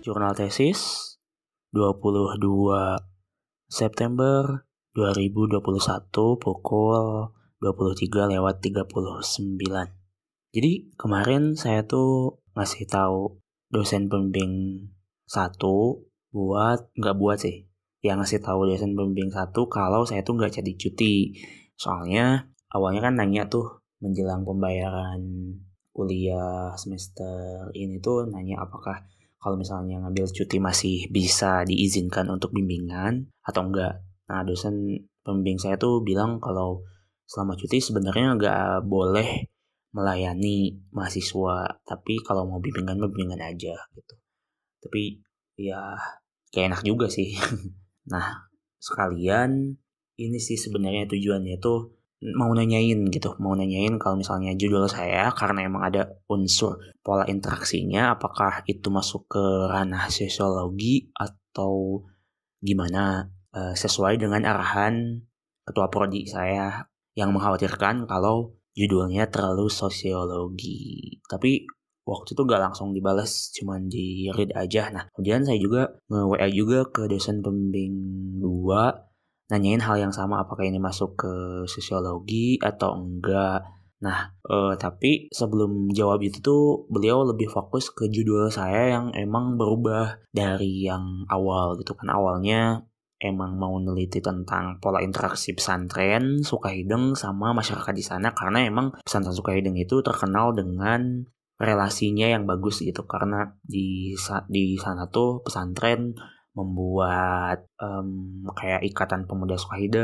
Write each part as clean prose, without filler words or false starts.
Jurnal tesis 22 September 2021 pukul 23:39. Jadi kemarin saya tuh ngasih tahu dosen pembimbing 1 ngasih tahu dosen pembimbing 1 kalau saya tuh nggak jadi cuti. Soalnya awalnya kan nanya tuh menjelang pembayaran kuliah semester ini tuh nanya apakah kalau misalnya ngambil cuti masih bisa diizinkan untuk bimbingan atau enggak. Nah, dosen pembimbing saya tuh bilang kalau selama cuti sebenarnya nggak boleh melayani mahasiswa, tapi kalau mau bimbingan aja gitu. Tapi ya kayak enak juga sih. Nah, sekalian ini sih sebenarnya tujuannya tuh mau nanyain kalau misalnya judul saya karena emang ada unsur pola interaksinya, apakah itu masuk ke ranah sosiologi atau gimana, sesuai dengan arahan ketua prodi saya yang mengkhawatirkan kalau judulnya terlalu sosiologi. Tapi waktu itu gak langsung dibalas, cuman di read aja. Nah, kemudian saya juga nge-WA juga ke dosen pembimbing 2 nanyain hal yang sama, apakah ini masuk ke sosiologi atau enggak. Nah, tapi sebelum jawab itu tuh beliau lebih fokus ke judul saya yang emang berubah dari yang awal gitu kan. Awalnya emang mau neliti tentang pola interaksi pesantren Sukahideng sama masyarakat di sana, karena emang pesantren Sukahideng itu terkenal dengan relasinya yang bagus gitu, karena di sana tuh pesantren membuat kayak ikatan pemuda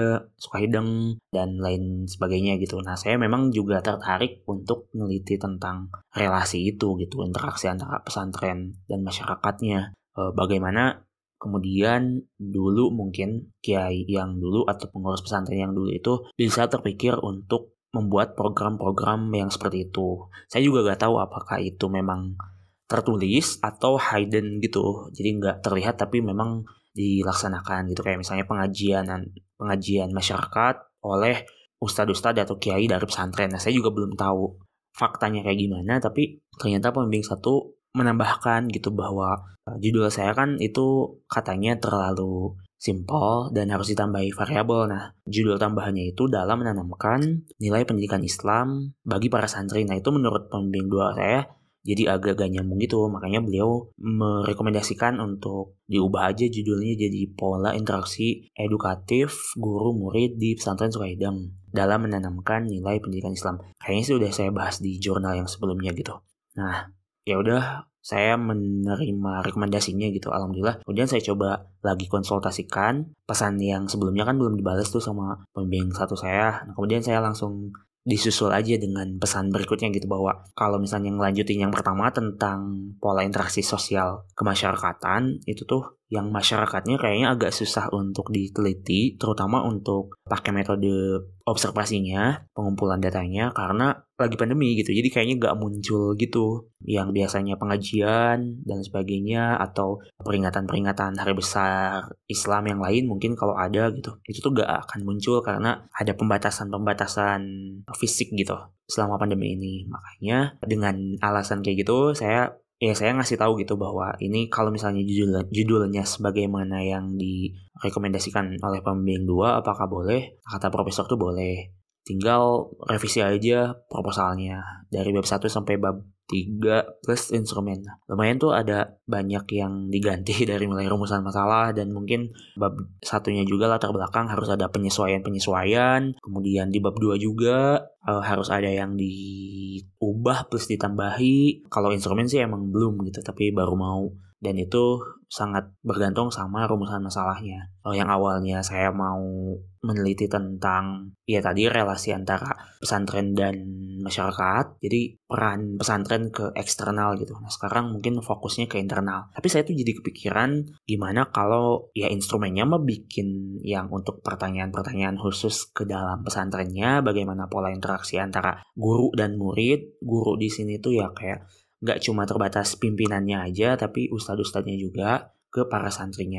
Sukahideng dan lain sebagainya gitu. Nah, saya memang juga tertarik untuk meneliti tentang relasi itu gitu, interaksi antara pesantren dan masyarakatnya. Bagaimana kemudian dulu mungkin kiai yang dulu atau pengurus pesantren yang dulu itu bisa terpikir untuk membuat program-program yang seperti itu. Saya juga gak tahu apakah itu memang tertulis atau hidden gitu, jadi nggak terlihat tapi memang dilaksanakan gitu, kayak misalnya pengajian masyarakat oleh ustadz atau kiai dari pesantren. Nah, saya juga belum tahu faktanya kayak gimana, tapi ternyata pembimbing 1 menambahkan gitu bahwa judul saya kan itu katanya terlalu simpel dan harus ditambahi variabel. Nah, judul tambahannya itu dalam menanamkan nilai pendidikan Islam bagi para santri. Nah, itu menurut pembimbing 2 saya jadi agak gak nyambung gitu, makanya beliau merekomendasikan untuk diubah aja judulnya jadi pola interaksi edukatif guru murid di pesantren Sukahideng dalam menanamkan nilai pendidikan Islam. Kayaknya sih udah saya bahas di jurnal yang sebelumnya gitu. Nah, ya udah, saya menerima rekomendasinya gitu, alhamdulillah. Kemudian saya coba lagi konsultasikan pesan yang sebelumnya kan belum dibalas tuh sama pembimbing 1 saya. Nah, kemudian saya langsung disusul aja dengan pesan berikutnya gitu, bahwa kalau misalnya ngelanjutin yang pertama tentang pola interaksi sosial kemasyarakatan, itu tuh yang masyarakatnya kayaknya agak susah untuk diteliti, terutama untuk pakai metode observasinya, pengumpulan datanya, karena lagi pandemi gitu. Jadi kayaknya gak muncul gitu yang biasanya pengajian dan sebagainya, atau peringatan-peringatan hari besar Islam yang lain mungkin kalau ada gitu, itu tuh gak akan muncul karena ada pembatasan fisik gitu selama pandemi ini. Makanya dengan alasan kayak gitu saya ngasih tahu gitu bahwa ini kalau misalnya judulnya sebagaimana yang direkomendasikan oleh pembimbing 2, apakah boleh? Kata profesor tuh boleh. Tinggal revisi aja proposalnya dari bab 1 sampai bab 3 plus instrumen. Lumayan tuh ada banyak yang diganti dari mulai rumusan masalah, dan mungkin bab 1-nya juga latar belakang harus ada penyesuaian. Kemudian di bab 2 juga harus ada yang diubah plus ditambahi. Kalau instrumen sih emang belum gitu, tapi baru mau. Dan itu sangat bergantung sama rumusan masalahnya. Kalau yang awalnya saya mau meneliti tentang tadi relasi antara pesantren dan masyarakat, jadi peran pesantren ke eksternal gitu. Nah, sekarang mungkin fokusnya ke internal. Tapi saya tuh jadi kepikiran gimana kalau instrumennya mah bikin yang untuk pertanyaan-pertanyaan khusus ke dalam pesantrennya, bagaimana pola interaksi antara guru dan murid. Guru di sini tuh ya kayak nggak cuma terbatas pimpinannya aja, tapi ustadz-ustadznya juga ke para santrinya.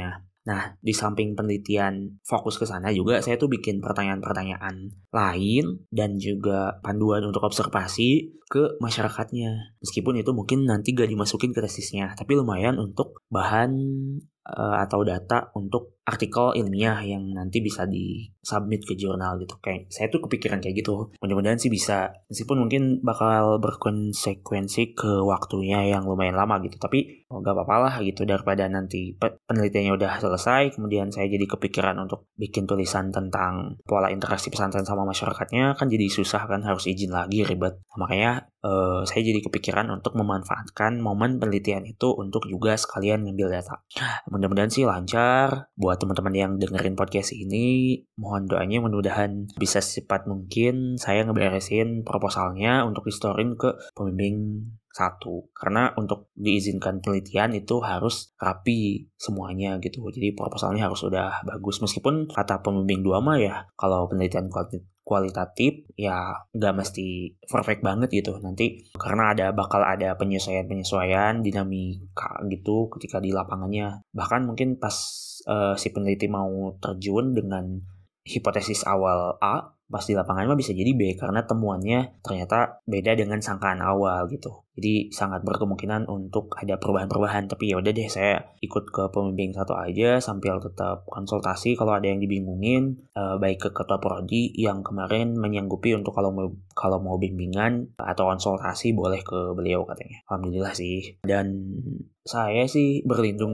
Nah, di samping penelitian fokus ke sana juga saya tuh bikin pertanyaan-pertanyaan lain dan juga panduan untuk observasi ke masyarakatnya. Meskipun itu mungkin nanti gak dimasukin ke tesisnya, tapi lumayan untuk bahan atau data untuk artikel ilmiah yang nanti bisa di-submit ke jurnal gitu. Kayak saya tuh kepikiran kayak gitu. Mudah-mudahan sih bisa. Meskipun mungkin bakal berkonsekuensi ke waktunya yang lumayan lama gitu. Tapi gak apa-apa lah gitu, daripada nanti penelitiannya udah selesai, kemudian saya jadi kepikiran untuk bikin tulisan tentang pola interaksi pesantren sama masyarakatnya, kan jadi susah kan, harus izin lagi, ribet. Makanya saya jadi kepikiran untuk memanfaatkan momen penelitian itu untuk juga sekalian ngambil data. Mudah-mudahan sih lancar. Buat teman-teman yang dengerin podcast ini, mohon doanya mudah-mudahan bisa secepat mungkin saya ngeberesin proposalnya untuk distorin ke pembimbing 1. Karena untuk diizinkan penelitian itu harus rapi semuanya gitu. Jadi proposalnya harus udah bagus. Meskipun kata pembimbing 2 mah ya, kalau penelitian kualitatif ya nggak mesti perfect banget gitu nanti, karena bakal ada penyesuaian dinamika gitu ketika di lapangannya. Bahkan mungkin pas si peneliti mau terjun dengan hipotesis awal A, pas di lapangan mah bisa jadi B karena temuannya ternyata beda dengan sangkaan awal gitu. Jadi sangat berkemungkinan untuk ada perubahan-perubahan. Tapi ya udah deh, saya ikut ke pembimbing 1 aja sambil tetap konsultasi kalau ada yang dibingungin, baik ke ketua prodi yang kemarin menyanggupi untuk kalau mau bimbingan atau konsultasi boleh ke beliau katanya. Alhamdulillah sih. Dan saya sih berlindung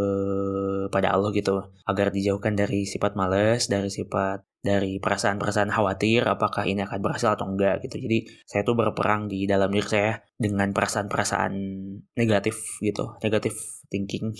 pada Allah gitu agar dijauhkan dari sifat malas, dari perasaan-perasaan khawatir apakah ini akan berhasil atau enggak gitu. Jadi saya tuh berperang di dalam diri saya dengan perasaan-perasaan negatif gitu, negatif thinking.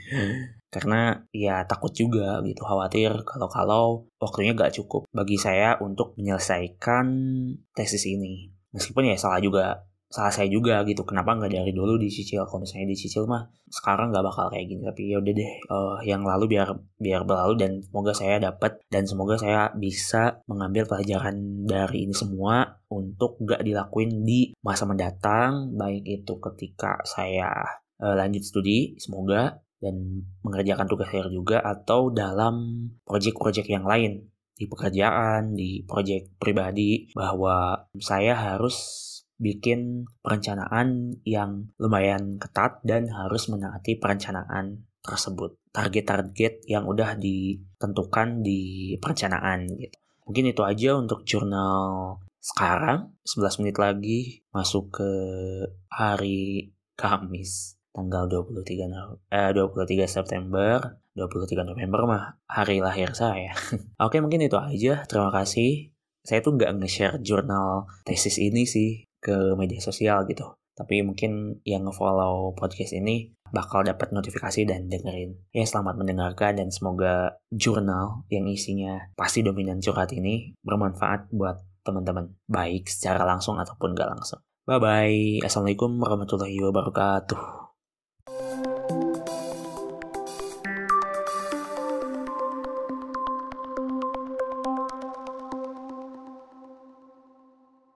Karena ya takut juga gitu, khawatir kalau waktunya gak cukup bagi saya untuk menyelesaikan tesis ini. Meskipun ya salah saya juga gitu, kenapa nggak dari dulu dicicil. Kalau misalnya dicicil mah sekarang nggak bakal kayak gini. Tapi ya udah deh, yang lalu biar berlalu, dan semoga saya dapat dan semoga saya bisa mengambil pelajaran dari ini semua untuk nggak dilakuin di masa mendatang, baik itu ketika saya lanjut studi semoga dan mengerjakan tugas akhir juga, atau dalam proyek-proyek yang lain di pekerjaan, di proyek pribadi, bahwa saya harus bikin perencanaan yang lumayan ketat dan harus menaati perencanaan tersebut. Target-target yang udah ditentukan di perencanaan gitu. Mungkin itu aja untuk jurnal sekarang. 11 menit lagi masuk ke hari Kamis tanggal 23 September, 23 November mah hari lahir saya. Oke, mungkin itu aja. Terima kasih. Saya tuh nggak nge-share jurnal tesis ini sih ke media sosial gitu. Tapi mungkin yang nge-follow podcast ini bakal dapat notifikasi dan dengerin. Ya, selamat mendengarkan dan semoga jurnal yang isinya pasti dominan curhat ini bermanfaat buat teman-teman, baik secara langsung ataupun gak langsung. Bye-bye. Assalamualaikum warahmatullahi wabarakatuh.